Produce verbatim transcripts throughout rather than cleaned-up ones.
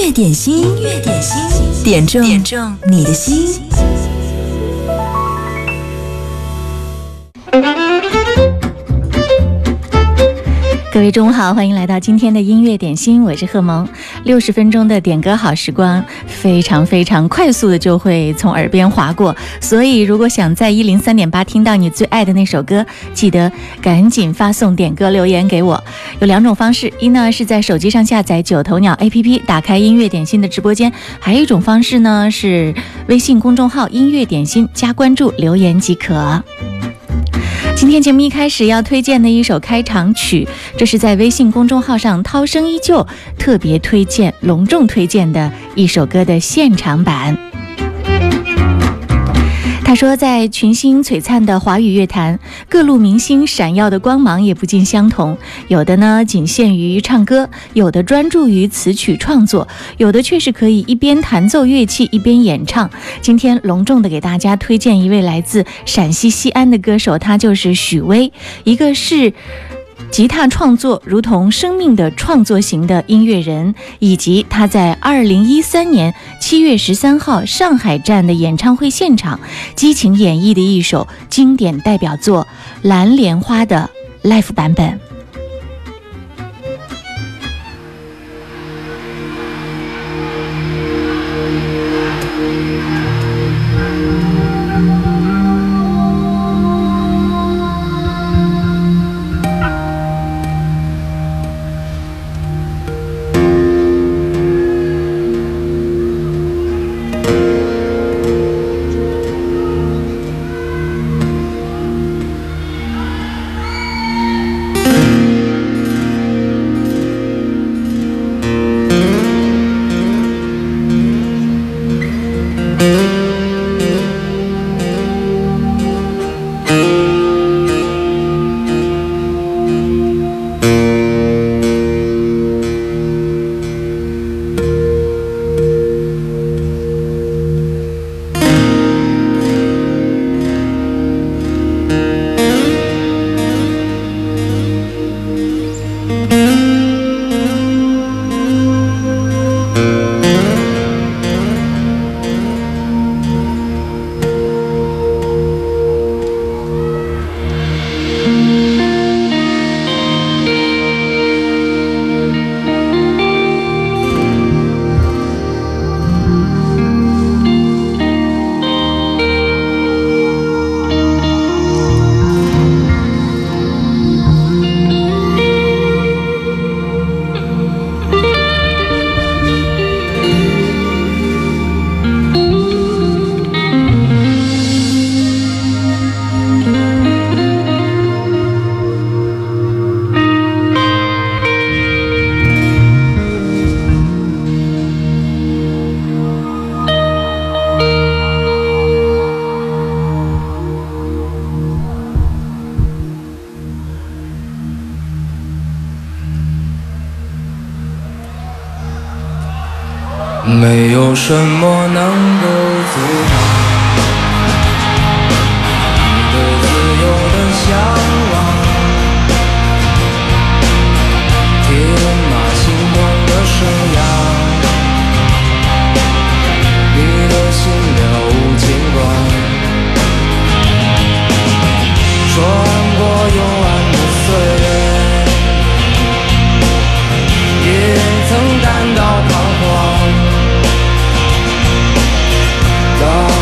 乐点心，音乐点心，点中点中你的心。 各位中午好，欢迎来到今天的音乐点心，我是贺萌。六十分钟的点歌好时光，非常非常快速的就会从耳边划过，所以如果想在一零三点八听到你最爱的那首歌，记得赶紧发送点歌留言给我。有两种方式，一呢是在手机上下载九头鸟 A P P， 打开音乐点心的直播间；还有一种方式呢是微信公众号音乐点心加关注留言即可。今天节目一开始要推荐的一首开场曲，这是在微信公众号上涛声依旧特别推荐隆重推荐的一首歌的现场版。他说，在群星璀璨的华语乐坛，各路明星闪耀的光芒也不尽相同，有的呢仅限于唱歌，有的专注于词曲创作，有的却是可以一边弹奏乐器一边演唱。今天隆重的给大家推荐一位来自陕西西安的歌手，他就是许巍，一个是吉他创作如同生命的创作型的音乐人，以及他在二零一三年七月十三号上海站的演唱会现场激情演绎的一首经典代表作《蓝莲花》的 Live 版本。 没有什么能够阻挡你对自由的向往，天马行空的生涯，你的心了无牵挂，穿过幽暗的岁月，也曾感到彷徨。当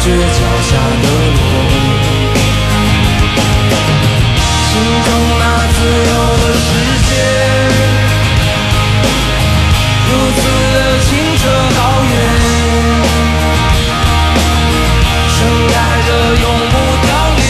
绝脚下的路，心中那自由的世界，如此的清澈高远，盛开着永不凋零。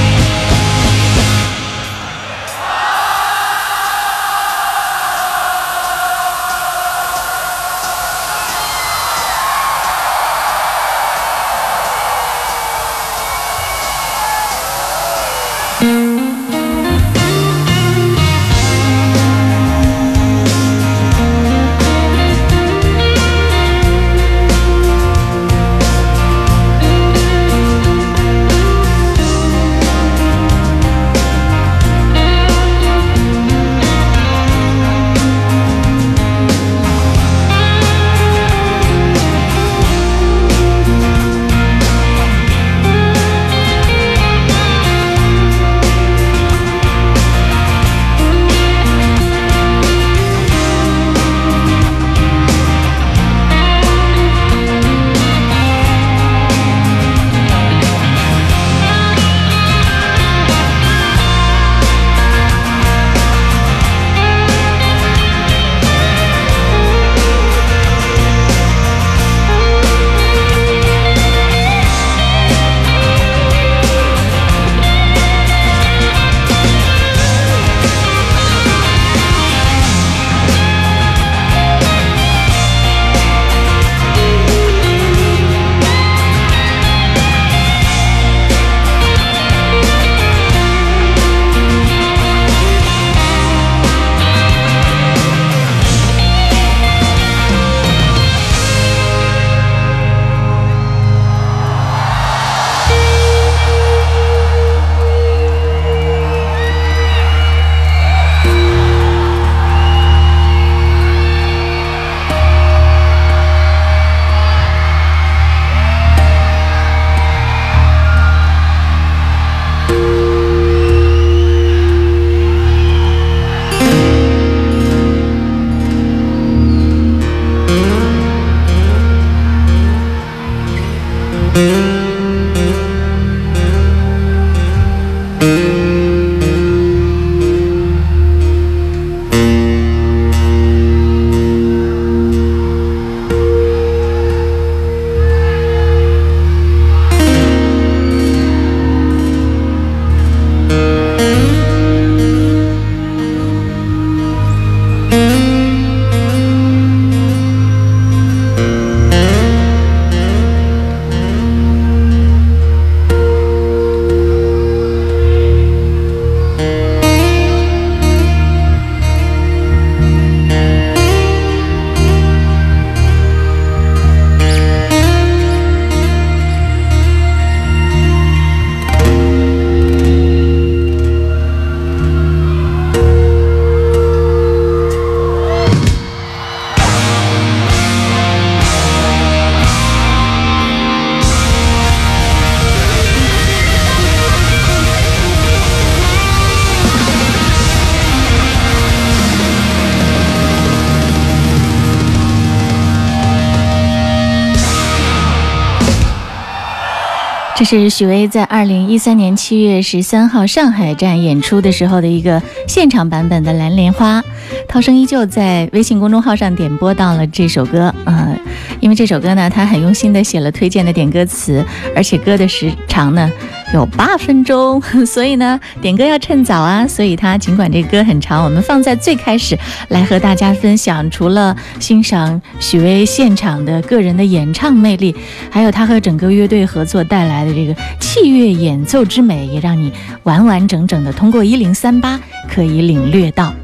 这是许巍在二零一三年七月十三号上海站演出的时候的一个现场版本的《蓝莲花》。涛声依旧在微信公众号上点播到了这首歌，呃，因为这首歌呢，他很用心的写了推荐的点歌词，而且歌的时长呢有八分钟，所以呢点歌要趁早啊。所以他尽管这歌很长，我们放在最开始来和大家分享。除了欣赏许巍现场的个人的演唱魅力，还有他和整个乐队合作带来的这个器乐演奏之美，也让你完完整整的通过一零三八可以领略到。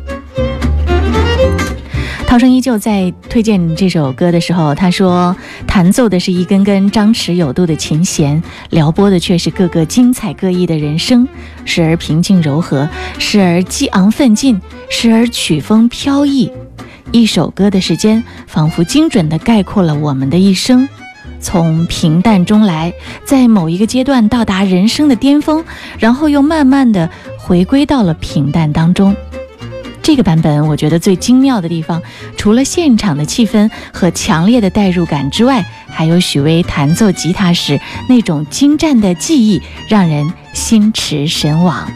涛声依旧在推荐这首歌的时候，他说弹奏的是一根根张弛有度的琴弦，撩拨的却是各个精彩各异的人生，时而平静柔和，时而激昂奋进，时而曲风飘逸。一首歌的时间仿佛精准地概括了我们的一生，从平淡中来，在某一个阶段到达人生的巅峰，然后又慢慢地回归到了平淡当中。这个版本我觉得最精妙的地方，除了现场的气氛和强烈的代入感之外， 还有许巍弹奏吉他时那种精湛的技艺，让人心驰神往。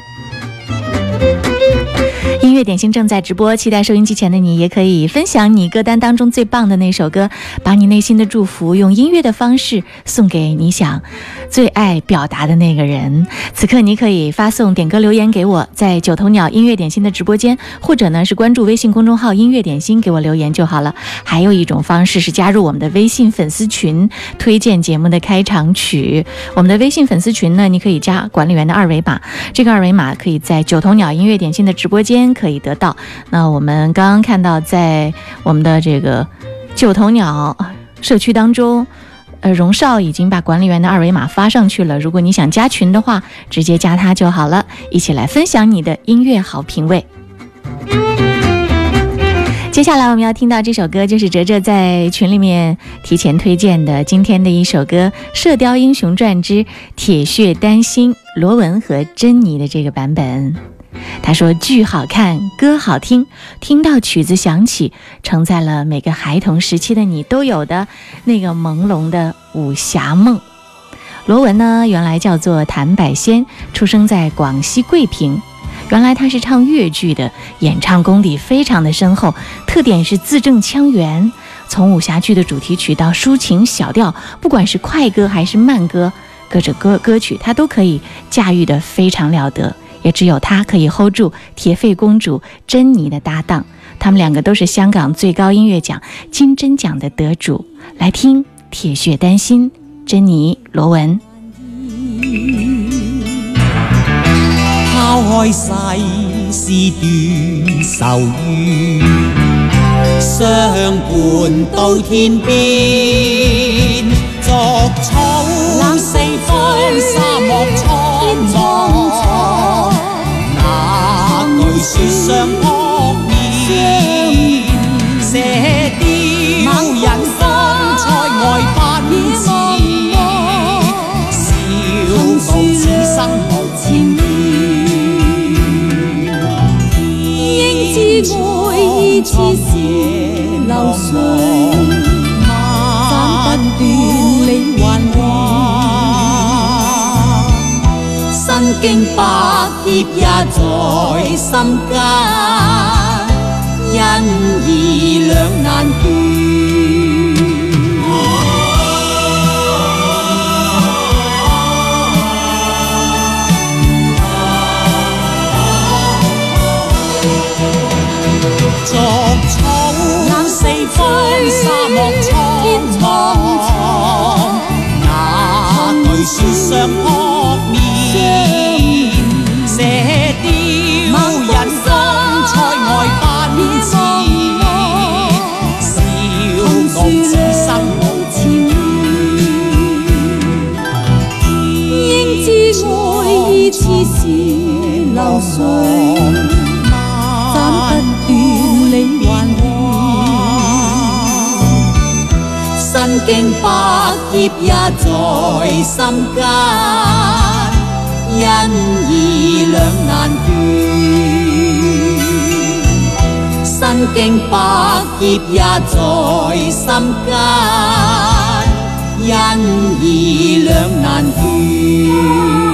音乐点心正在直播，期待收音机前的你也可以分享你歌单当中最棒的那首歌，把你内心的祝福用音乐的方式送给你想最爱表达的那个人。此刻你可以发送点歌留言给我，在九头鸟音乐点心的直播间，或者呢是关注微信公众号音乐点心给我留言就好了。还有一种方式是加入我们的微信粉丝群，推荐节目的开场曲。我们的微信粉丝群呢，你可以加管理员的二维码，这个二维码可以在九头鸟音乐点心的直播间可以得到。那我们刚刚看到在我们的这个九头鸟社区当中，呃，荣少已经把管理员的二维码发上去了，如果你想加群的话，直接加他就好了，一起来分享你的音乐好品味。接下来我们要听到这首歌，就是哲哲在群里面提前推荐的今天的一首歌《射雕英雄传之铁血丹心》，罗文和珍妮的这个版本。他说剧好看，歌好听，听到曲子响起，承载了每个孩童时期的你都有的那个朦胧的武侠梦。罗文呢，原来叫做谭百仙，出生在广西桂平。原来他是唱粤剧的，演唱功底非常的深厚，特点是字正腔圆。从武侠剧的主题曲到抒情小调，不管是快歌还是慢歌，各种歌歌曲他都可以驾驭得非常了得。也只有他可以 hold 住铁肺公主珍妮的搭档，他们两个都是香港最高音乐奖金针奖的得主。来听铁血丹心，珍妮罗文。 拋開世事斷愁怨，相伴到天邊，逐草四方沙漠蒼茫，那句說相撲面，射雕人方塞外奔馳，笑傲此生無前緣。愛意似是流水，斬不斷理還亂，身經百劫也在心間，因義兩難斷。逐草四方沙漠蒼茫，那句說相撲面，射雕人方塞外奔馳，笑傲此生無前緣。應知愛意似是流水，身經百劫也在心間，因義兩難斷。身經百劫也在心間，因義兩難斷。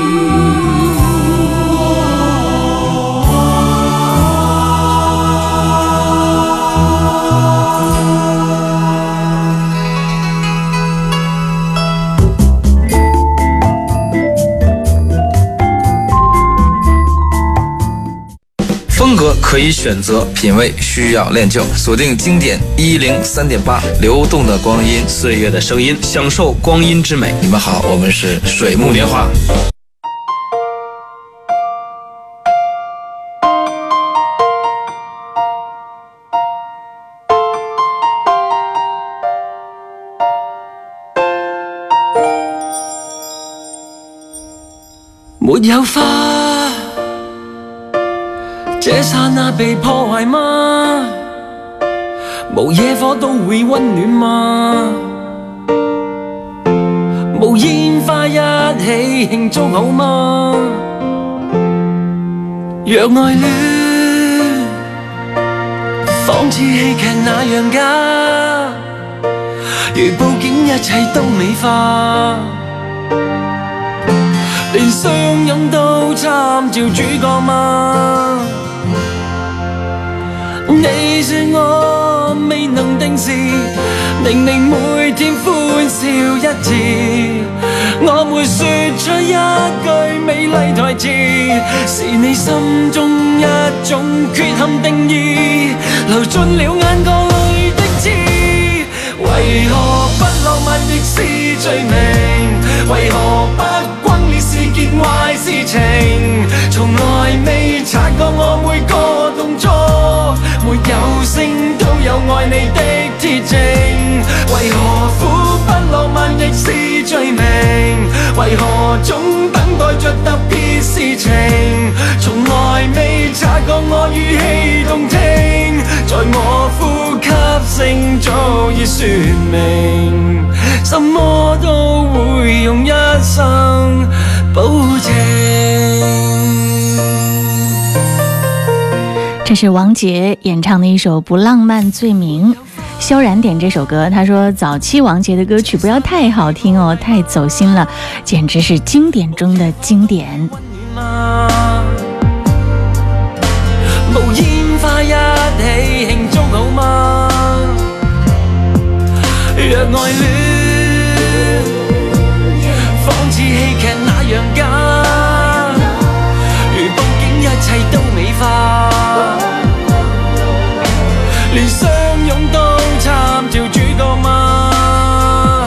风格可以选择，品味需要练就。锁定经典一零三点八，流动的光阴， 岁月的声音，享受光阴之美。 你们好，我们是水木年华。 沒有花，這剎那被破壞嗎？無野火都會溫暖嗎？無煙花一起慶祝好嗎？若愛戀仿似戲劇那樣假， 如布景一切都美化，連相擁都參照主角嗎？你說我未能定時，令你每天歡笑一次，我沒說出一句美麗台詞，是你心中一種缺陷定義，流進了眼角裏的刺。為何不浪漫亦是罪名？為何不轟烈是件壞事情？從來未察覺我每個動作沒有聲都有愛你的鐵證。為何苦不浪漫亦是罪名？為何總等待着特別事情？從來未察覺我語氣動聽，在我呼吸聲早已説明，什麼都會用一生保證。 这是王杰演唱的一首《不浪漫罪名》。萧然点这首歌，他说早期王杰的歌曲不要太好听哦，太走心了，简直是经典中的經典。 無煙花一起慶祝好嗎？若愛戀仿似戲劇那樣假，如布景一切都美化，連相擁都參照主角嗎？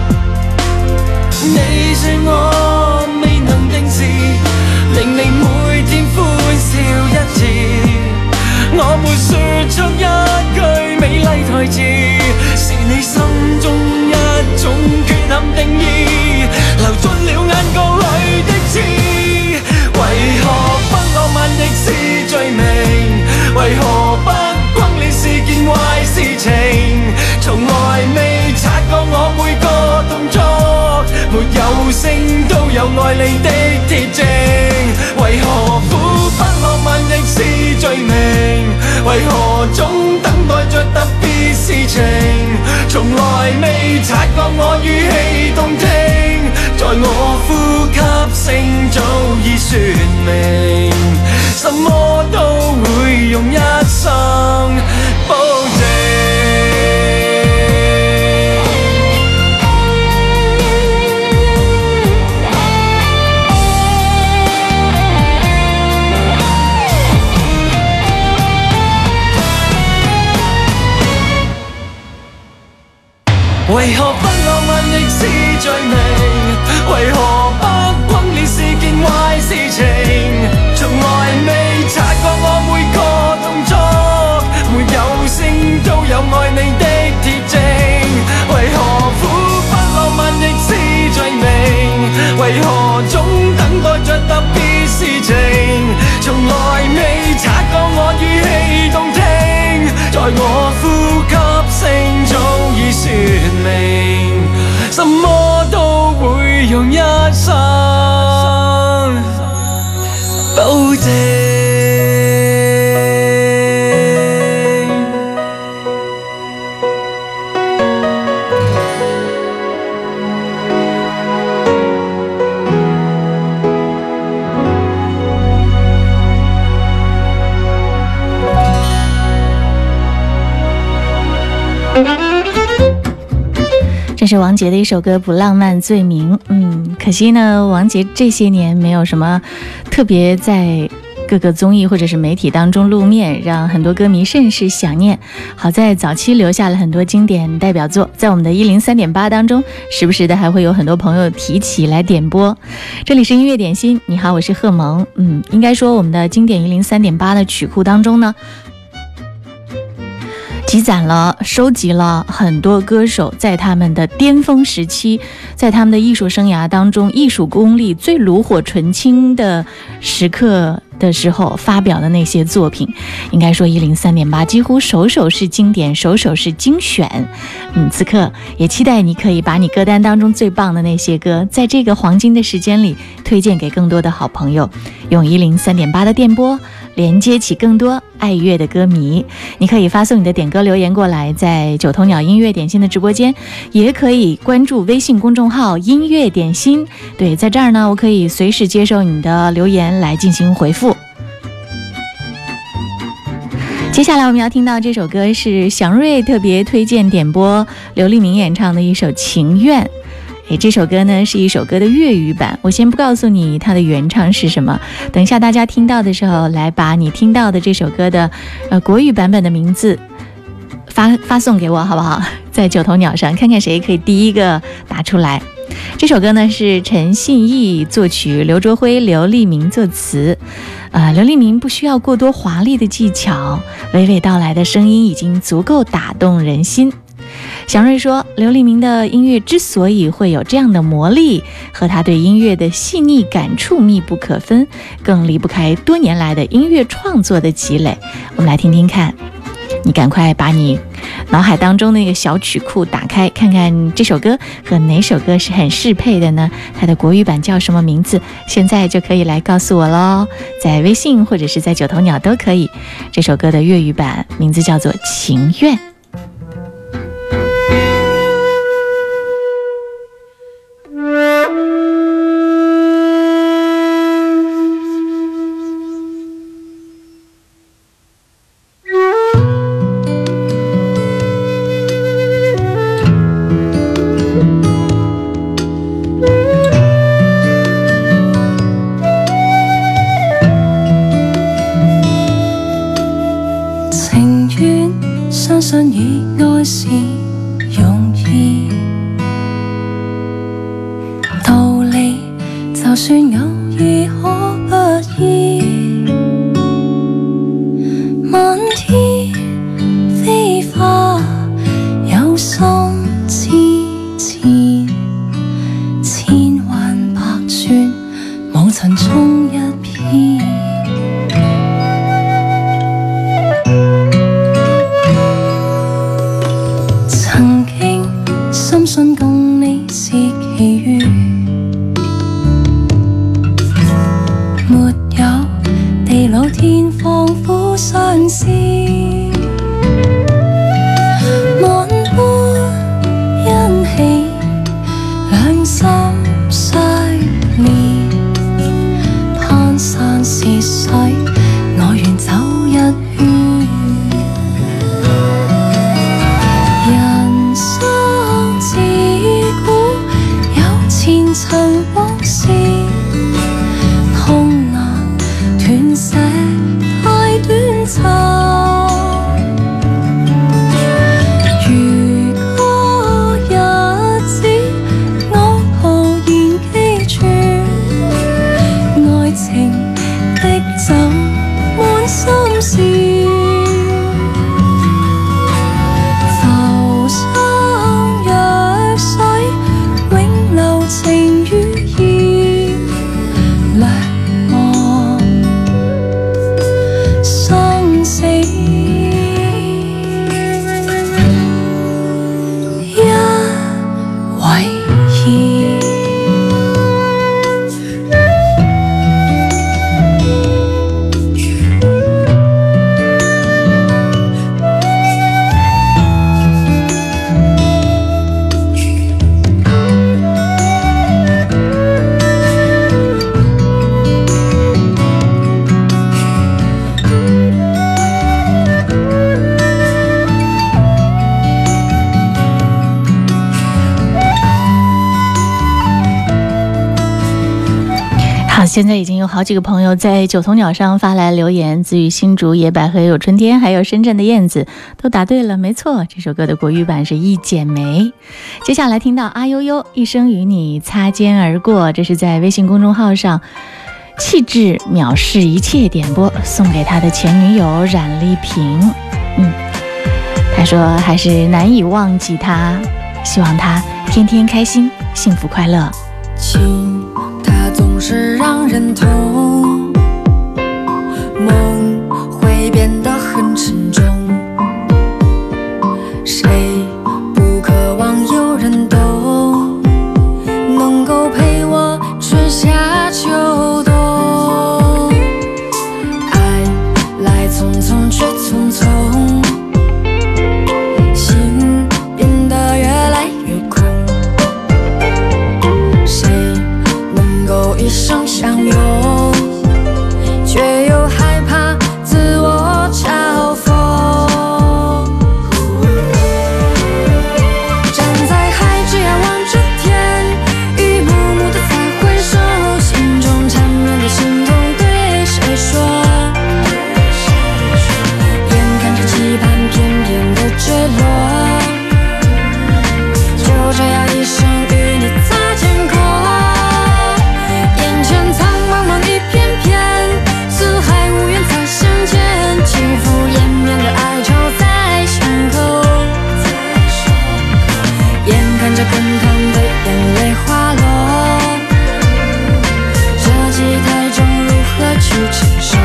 你說我未能定時，令你每天歡笑一次，我沒說出一句美麗台詞，是你心中一種缺陷定義，流進了眼角裏的刺。為何不浪漫亦是罪名？為何不轟烈是件壞事情？從來未察覺我每個動作沒有聲都有愛你的鐵證。為何苦不浪漫亦是罪名？為何總等待着特別事情？從來未察覺我語氣動聽，在我呼吸聲早已説明，什麼都會用一生保證。為何不浪漫亦是罪名？為何不轟烈是件壞事情？從來未察覺我每個動作沒有聲都有愛你的鐵證。為何苦不浪漫亦是罪名？為何總等待着特別事情？從來未察覺我語氣動聽，在我呼吸聲早已説明，什麼都會用一生保證。 这是王杰的一首歌《不浪漫罪名》。嗯，可惜呢，王杰这些年没有什么特别在各个综艺或者是媒体当中露面，让很多歌迷甚是想念。好在早期留下了很多经典代表作，在我们的一零三点八当中，时不时的还会有很多朋友提起来点播。这里是音乐点心，你好，我是贺萌。嗯，应该说我们的经典一零三点八的曲库当中呢，积攒了收集了很多歌手在他们的巅峰时期，在他们的艺术生涯当中，艺术功力最炉火纯青的时刻的时候发表的那些作品。应该说一零三点八几乎首首是经典，首首是精选。嗯，此刻也期待你可以把你歌单当中最棒的那些歌，在这个黄金的时间里推荐给更多的好朋友，用一零三点八的电波连接起更多爱乐的歌迷。你可以发送你的点歌留言过来，在九头鸟音乐点心的直播间，也可以关注微信公众号音乐点心。对，在这儿呢，我可以随时接受你的留言来进行回复。接下来我们要听到这首歌是祥瑞特别推荐点播刘立明演唱的一首《情愿》。诶，这首歌呢是一首歌的粤语版，我先不告诉你它的原唱是什么，等一下大家听到的时候，来把你听到的这首歌的呃国语版本的名字发发送给我好不好？在九头鸟上看看谁可以第一个答出来。这首歌呢是陈信义作曲，刘卓辉、刘立明作词。呃，刘立明不需要过多华丽的技巧，娓娓道来的声音已经足够打动人心。祥瑞说，刘立明的音乐之所以会有这样的魔力，和他对音乐的细腻感触密不可分，更离不开多年来的音乐创作的积累。我们来听听看，你赶快把你脑海当中那个小曲库打开，看看这首歌和哪首歌是很适配的呢？它的国语版叫什么名字？现在就可以来告诉我咯，在微信或者是在九头鸟都可以。这首歌的粤语版名字叫做《情愿》。现在已经有好几个朋友在九头鸟上发来留言，子语新竹、野百合有春天，还有深圳的燕子都答对了，没错，这首歌的国语版是一剪梅。接下来听到阿悠悠一生与你擦肩而过，这是在微信公众号上气质藐视一切点播，送给他的前女友冉丽萍。嗯，他说还是难以忘记他，希望他天天开心幸福快乐。 情它总是让人痛，梦会变得很沉重，谁不渴望有人懂，能够陪我春夏秋冬。爱相拥，却又害怕自我嘲讽。站在海之遥望着天，一幕幕的再回首，心中缠绵的心痛对谁说？眼看着期盼片片的坠落，就这样一生与你擦肩过。眼前苍茫茫一片片，四海无缘再相见，起伏延绵的哀愁在胸口。眼看着滚烫的眼泪滑落，这期太重如何去承受？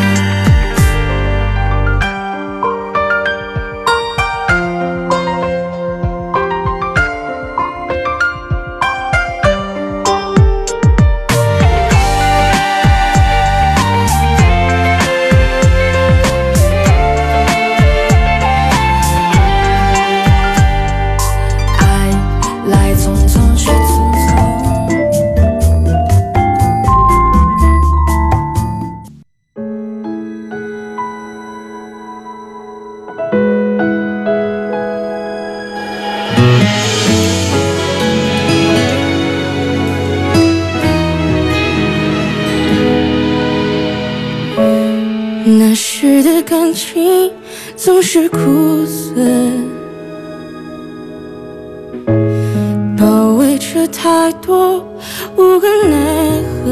那时的感情总是苦涩，包围着太多无可奈何。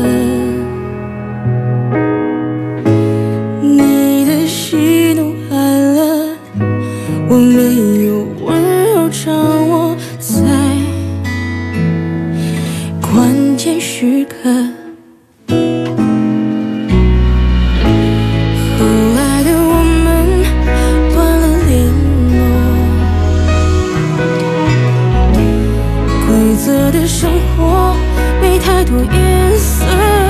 你的喜怒哀乐，我没有温柔掌握在关键时刻。生活没太多颜色，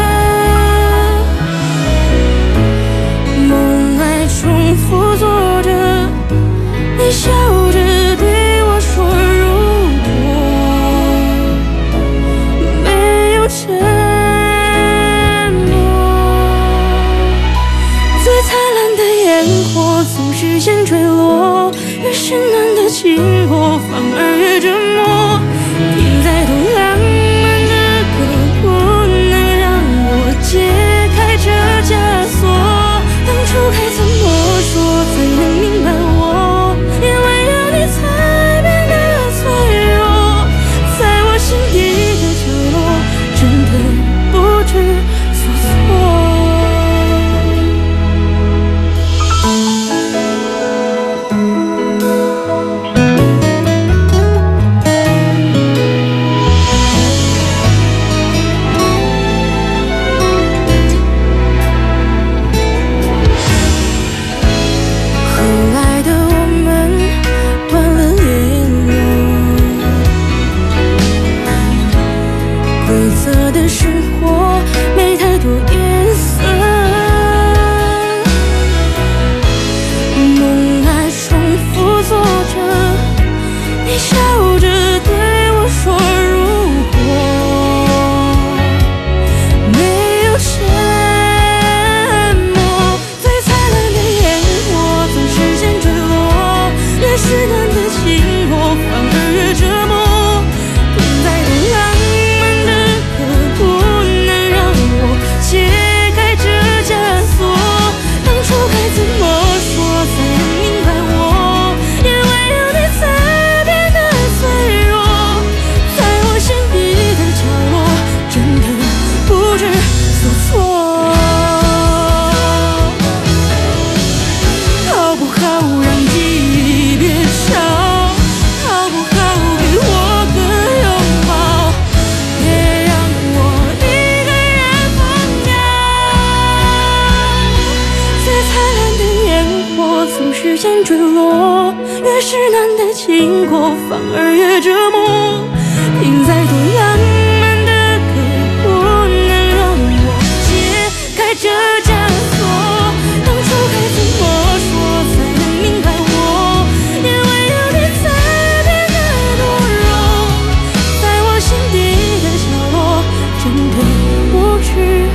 梦来重复做着，你笑着对我说，如果没有沉默，最灿烂的烟火总是先坠落，越是难的经过反而越折磨。听再多浪漫的歌，不能让我解开这枷锁。当初该怎么说才能明白我？因为有你才变得脆弱，在我心底的角落，真的不知所措。坠落，越是难的经过反而越折磨。听再多浪漫的歌，不能让我解开这枷锁。当初该怎么说才能明白我？因为有你才变得懦弱，在我心底的角落，真的不知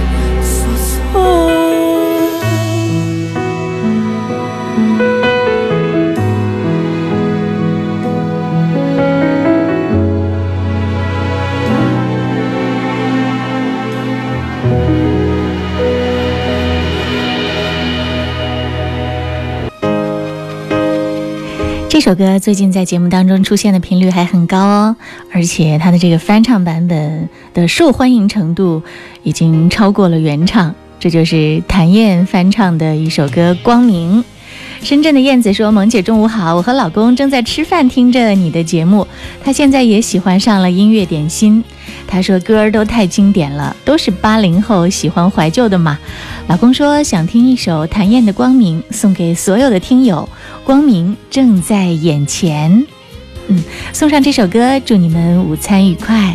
首歌最近在节目当中出现的频率还很高哦，而且它的这个翻唱版本的受欢迎程度已经超过了原唱。这就是谭燕翻唱的一首歌《光明》。深圳的燕子说，萌姐中午好，我和老公正在吃饭听着你的节目，他现在也喜欢上了音乐点心。他说歌儿都太经典了，都是八零后喜欢怀旧的嘛。老公说想听一首谭燕的《光明》，送给所有的听友，光明正在眼前。嗯，送上这首歌，祝你们午餐愉快。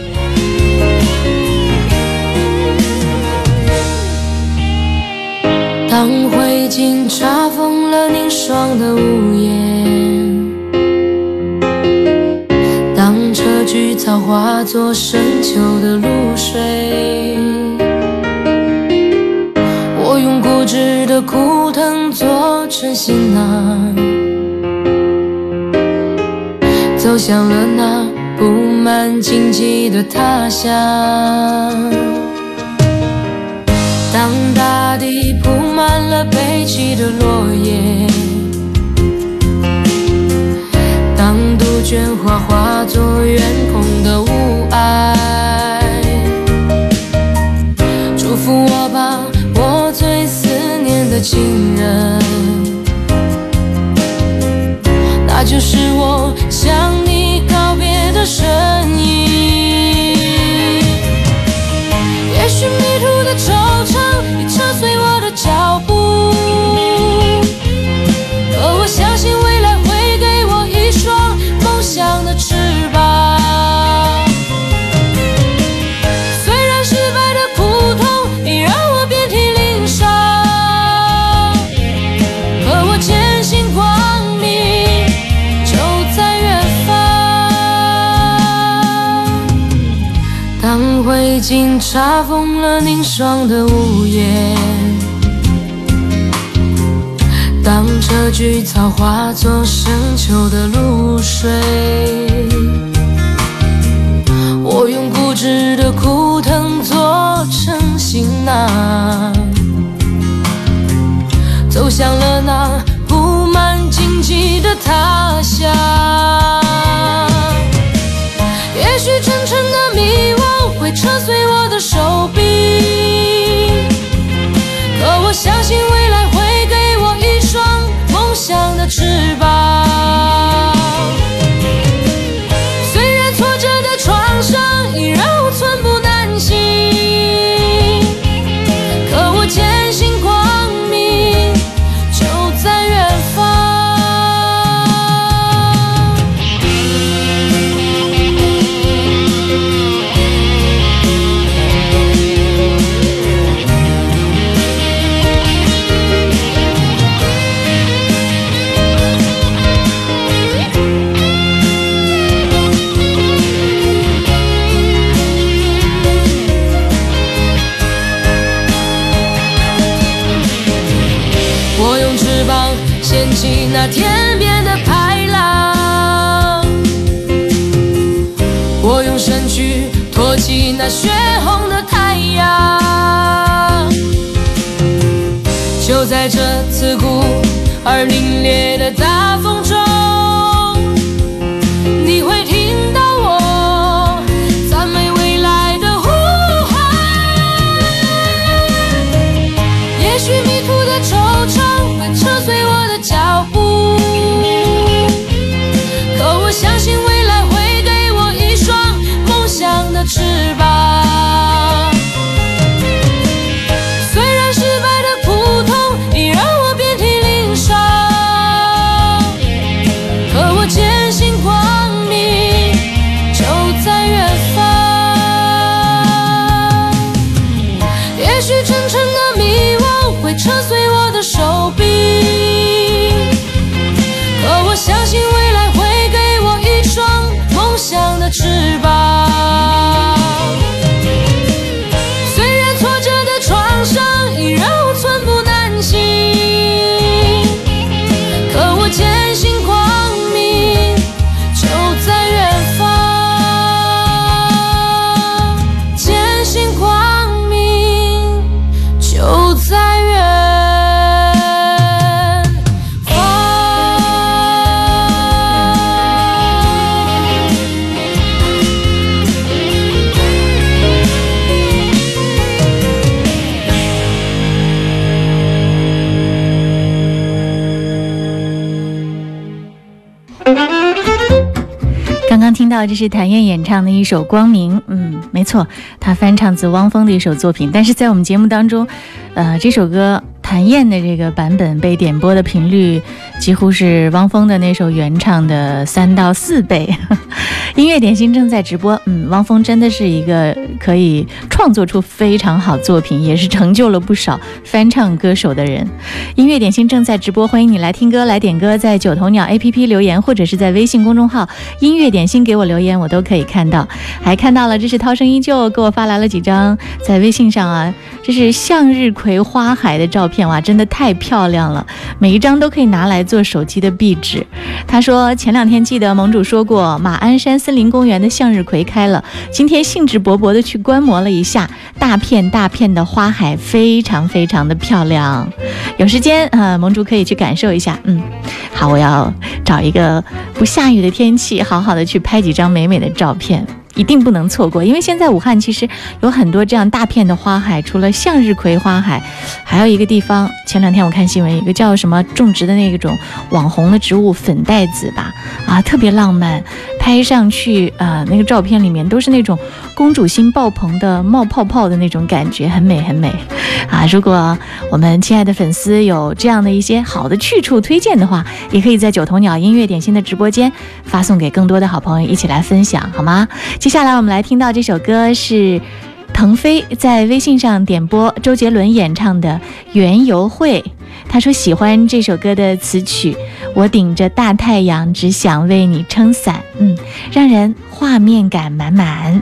当灰烬查封了凝霜的屋檐，当车菊草化作深秋的露水，我用固执的枯藤做成行囊，走向了那布满荆棘的他乡。当大地铺满了悲泣的落叶，当杜鹃花化作远空的雾霭，祝福我吧，我最思念的亲人，那就是我向你告别的身影。也许迷途的惆怅已扯碎我的脚步，可我相信未来会给我一双梦想的翅膀。虽然失败的苦痛已让我遍体鳞伤，可我坚信光明就在远方。当灰烬查封了凝霜的屋檐，当这菊草化作深秋的露水，我用固执的枯藤做成行囊，走向了那布满荆棘的他乡。也许沉沉的迷惘会扯碎我的手臂，可我相信未来会给我一双梦想的翅膀。虽然挫折的创伤已让我寸步难行，可我坚信光明就在远方。掀起那天边的排浪，我用身躯托起那血红的太阳。就在这刺骨而凛冽的大风中，你会听到我赞美未来的呼喊。也许迷途的惆怅会扯碎我的脚步，可我相信未来会给我一双梦想的翅膀。虽然失败的苦痛已让我遍体鳞伤，可我坚信光明就在远方。也许沉沉的迷惘会扯碎我的手臂，可我相信未来会给我一双梦想的翅膀。虽然挫折的创伤已让我寸步难行，可我坚信光明就在远方，坚信光明就在远方。 到这是谭燕演唱的一首《光明》，嗯，没错，她翻唱自汪峰的一首作品，但是在我们节目当中，呃，这首歌谭燕的这个版本被点播的频率几乎是汪峰的那首原唱的三到四倍。音乐点心正在直播，嗯，汪峰真的是一个可以创作出非常好作品，也是成就了不少翻唱歌手的人。音乐点心正在直播，欢迎你来听歌来点歌，在九头鸟 A P P 留言，或者是在微信公众号音乐点心给我留言，我都可以看到。还看到了，这是涛声依旧给我发来了几张在微信上啊，这是向日葵花海的照片，哇，真的太漂亮了，每一张都可以拿来做手机的壁纸。他说前两天记得盟主说过马鞍山森林公园的向日葵开了，今天兴致勃勃的去观摩了一下，大片大片的花海，非常非常的漂亮。有时间呃，盟主可以去感受一下。嗯，好，我要找一个不下雨的天气，好好的去拍几张美美的照片，一定不能错过。因为现在武汉其实有很多这样大片的花海，除了向日葵花海，还有一个地方，前两天我看新闻，一个叫什么种植的那种网红的植物粉带子吧，啊，特别浪漫，拍上去呃，那个照片里面都是那种公主心爆棚的冒泡泡的那种感觉，很美很美啊！如果我们亲爱的粉丝有这样的一些好的去处推荐的话，也可以在九头鸟音乐点心的直播间发送给更多的好朋友一起来分享，好吗？接下来我们来听到这首歌是腾飞在微信上点播周杰伦演唱的《园游会》，他说喜欢这首歌的词曲，我顶着大太阳只想为你撑伞，嗯，让人画面感满满。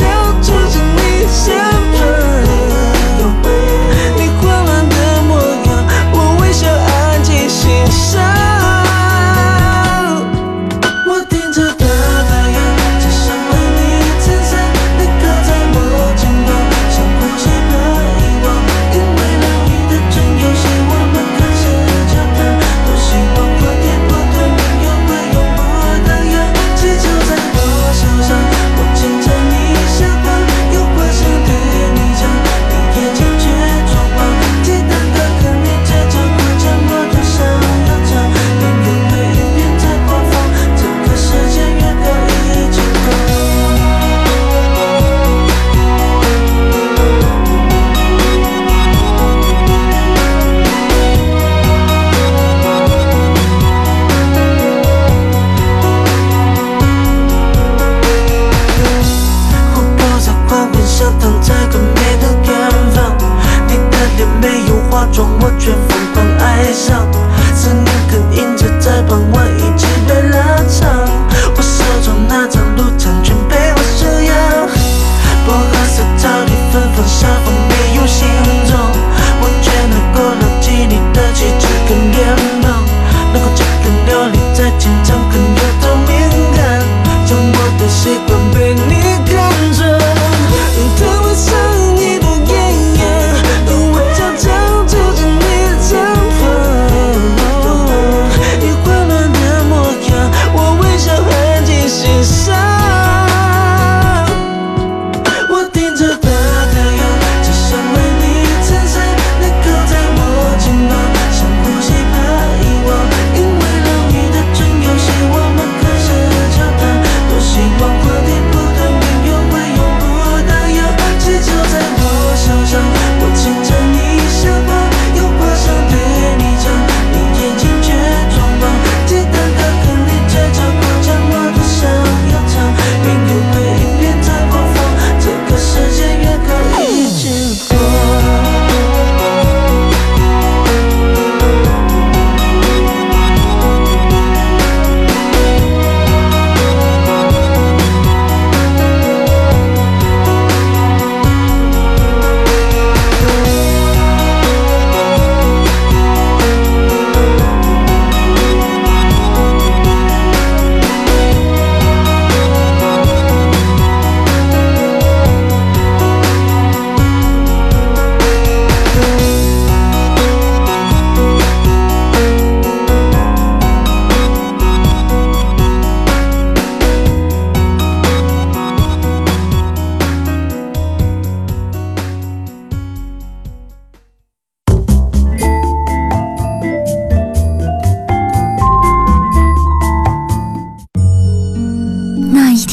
你慌乱的模样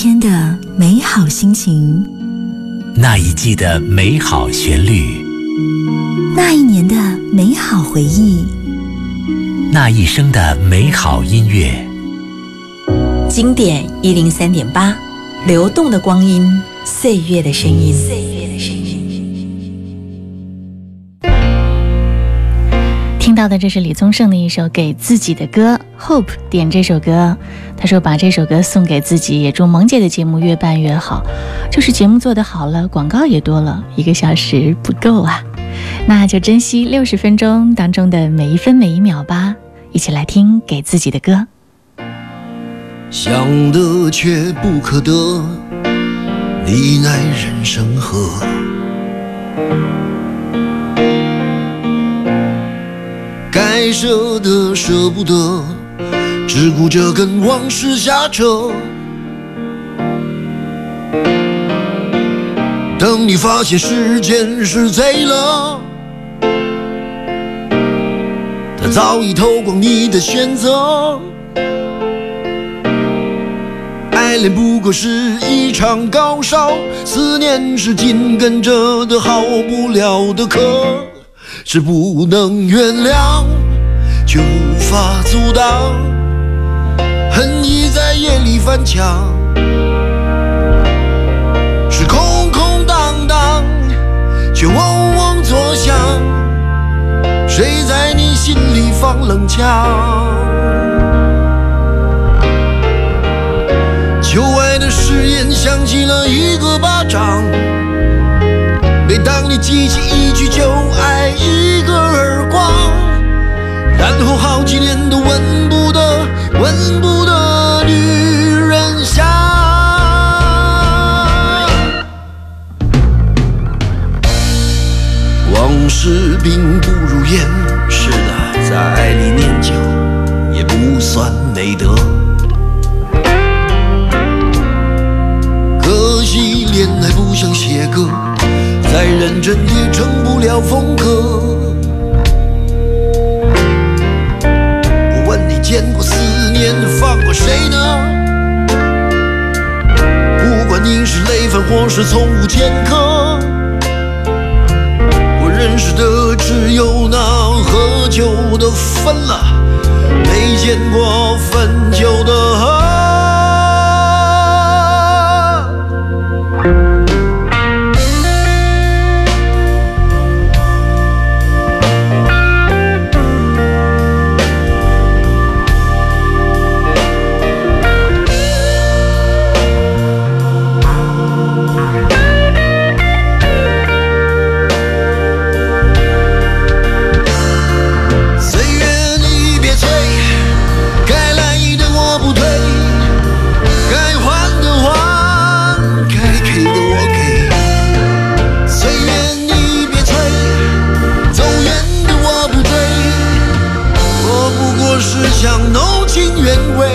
天的美好心情， 那一季的美好旋律， 那一年的美好回忆， 那一生的美好音乐。 经典一零三点八，流动的光阴，岁月的声音。岁月的声音。 听到的这是李宗盛的一首给自己的歌 Hope 点这首歌，他说把这首歌送给自己，也祝萌姐的节目越办越好。就是节目做得好了，广告也多了，一个小时不够啊，那就珍惜六十分钟当中的每一分每一秒吧，一起来听给自己的歌。 想得却不可得，你奈人生何？该舍的舍不得，只顾着跟往事瞎扯。等你发现时间是贼了，它早已偷光你的选择。爱恋不过是一场高烧，思念是紧跟着的好不了的渴，是不能原谅却无法阻挡，恨意在夜里翻墙，是空空荡荡却嗡嗡作响，谁在你心里放冷枪？旧爱的誓言响起了一个巴掌，每当你记起一句就爱一个耳光，然后好几年都闻不得闻不得女人香。往事并不如烟，是的，在爱里念旧也不算美德。可惜恋爱不像写歌，再认真也成不了风格。我问你见过思念放过谁呢？不管你是累犯或是从无前科，我认识的只有那喝酒的分了，没见过分酒的喝。想浓情原味，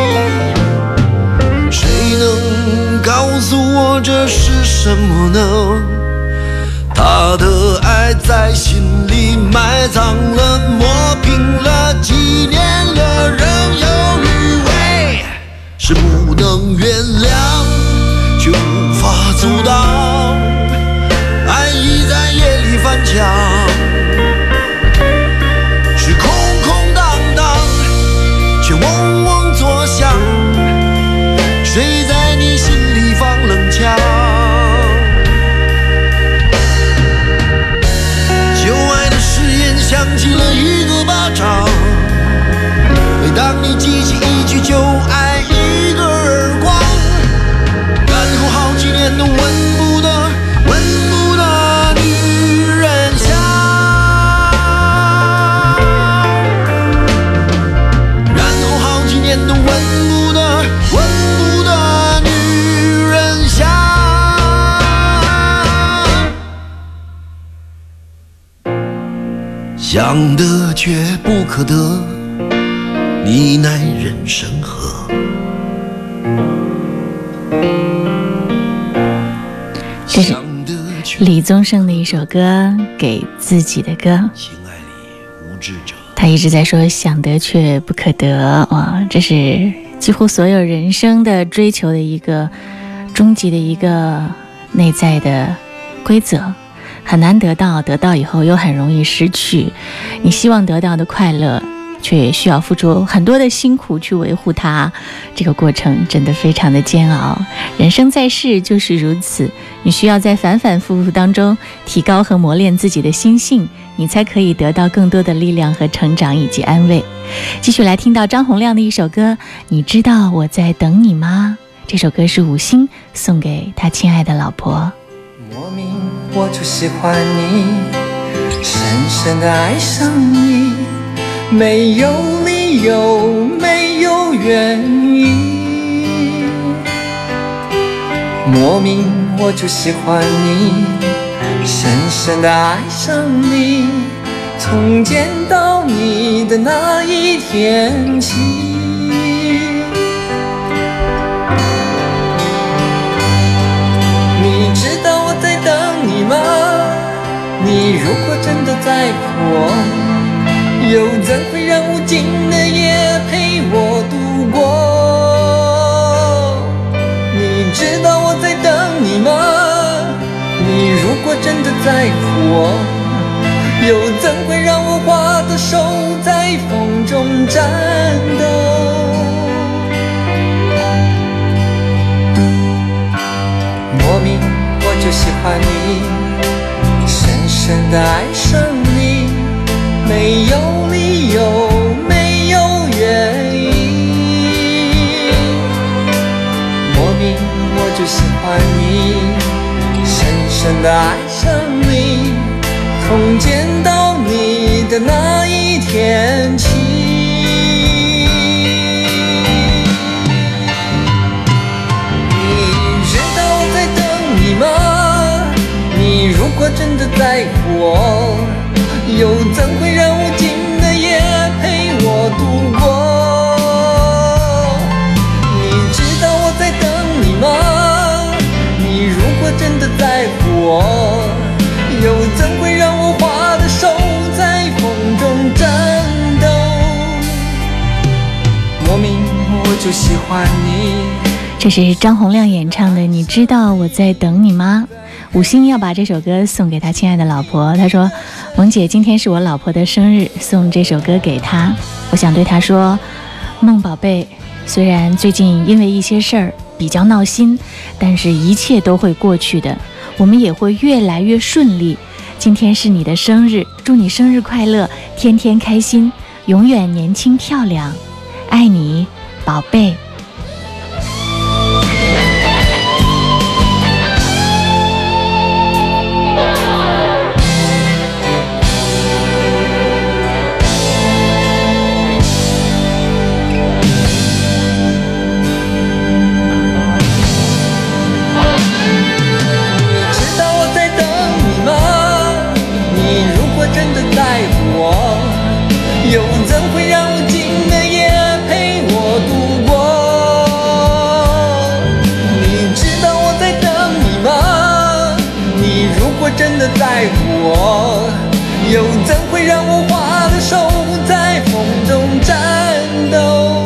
谁能告诉我这是什么呢？他的爱在心里埋葬了，磨平了，几年了，仍有余味，是不能原谅却无法阻挡，爱意在夜里翻墙，是空空荡荡却嗡嗡作响，谁在你心里放冷枪？旧爱的誓言响起了一个巴掌，每当你记起一句就爱一个耳光，然后好几年都闻不得闻不得女人香，然后好几年都闻不得闻不得女人香。想得却不可得，你奈人生何？ 这是李宗盛的一首歌，给自己的歌。他一直在说想得却不可得，哇，这是几乎所有人生的追求的一个终极的一个内在的规则，很难得到，得到以后又很容易失去。你希望得到的快乐，却需要付出很多的辛苦去维护它，这个过程真的非常的煎熬。人生在世就是如此，你需要在反反复复当中提高和磨练自己的心性，你才可以得到更多的力量和成长以及安慰。继续来听到张洪量的一首歌，你知道我在等你吗？这首歌是五星送给他亲爱的老婆。 莫名我就喜欢你，深深的爱上你，没有理由，没有原因。莫名我就喜欢你，深深的爱上你，从见到你的那一天起。你知道我在等你吗？你如果真的在乎我，又怎会让无尽的夜陪我度过？你知道我在等你吗？你如果真的在乎我，又怎会让我花的手在风中颤抖？莫名我就喜欢你，深深的爱上你，没有理由，没有原因。莫名我就喜欢你，深深的爱上你，从见到你的那一天起。你知道我在等你吗？你如果真的在乎我，又怎会让无尽的夜陪我度过？你知道我在等你吗？你如果真的在乎我，又怎会让我花的手在风中颤抖？莫名我就喜欢你。 这是张洪量演唱的《你知道我在等你吗》。五星要把这首歌送给他亲爱的老婆，他说萌姐今天是我老婆的生日，送这首歌给她。我想对她说，梦宝贝，虽然最近因为一些事儿比较闹心，但是一切都会过去的，我们也会越来越顺利。今天是你的生日，祝你生日快乐，天天开心，永远年轻漂亮，爱你宝贝。 又怎会让无尽的夜陪我度过？你知道我在等你吗？你如果真的在乎我，又怎会让我花的手在风中颤抖？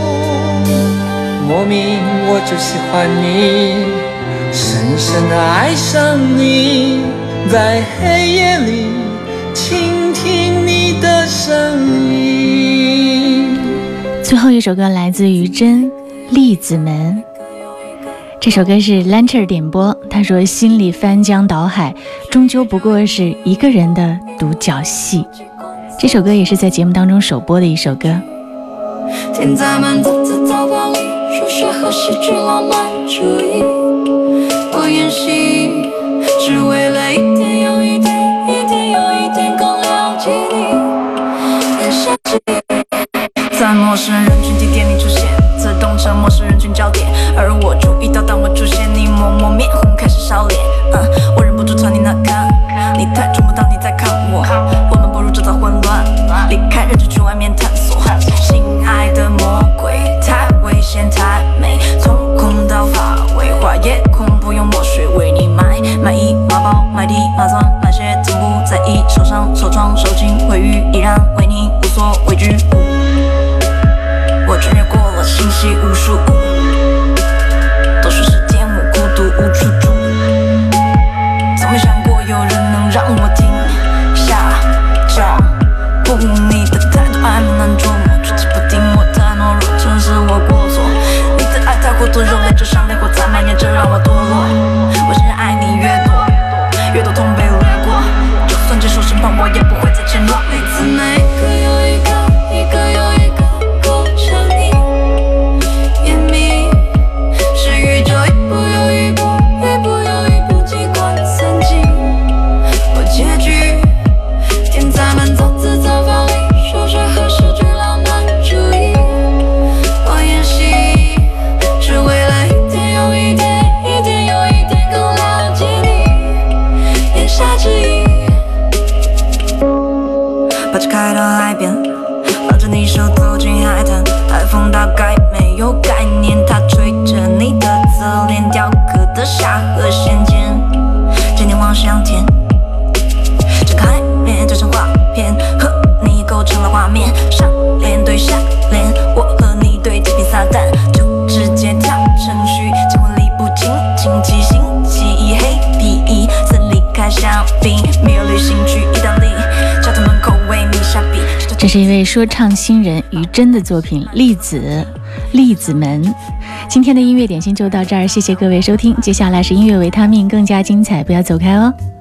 莫名我就喜欢你，深深的爱上你，在黑夜里倾听你的声音。 最后一首歌来自于真栗子门，这首歌是 Lancher 点播，他说心里翻江倒海，终究不过是一个人的独角戏。这首歌也是在节目当中首播的一首歌。 天在满字字草稿里书写和戏剧浪漫主义，我演戏只为了一天又一天，一天又一天更了解你。眼下在陌生人群地点里出现，自动成陌生人群焦点，而我注意到当我出现，你默默面红开始烧脸。嗯，我忍不住朝你那看，你太触摸到你在看我，我们步入这造混乱，离开人群去外面探索。心爱的魔鬼，太危险太美，从空到发尾，花夜空不用墨水为你买，买衣买包买地买钻买鞋，从不在意受伤受创受尽毁誉，依然为你无所畏惧。我穿越过了星系无冰，没有旅行去意大利，教堂门口为你下笔。 这是一位说唱新人于真的作品《栗子栗子门》。今天的音乐点心就到这儿，谢谢各位收听。接下来是音乐维他命，更加精彩，不要走开哦。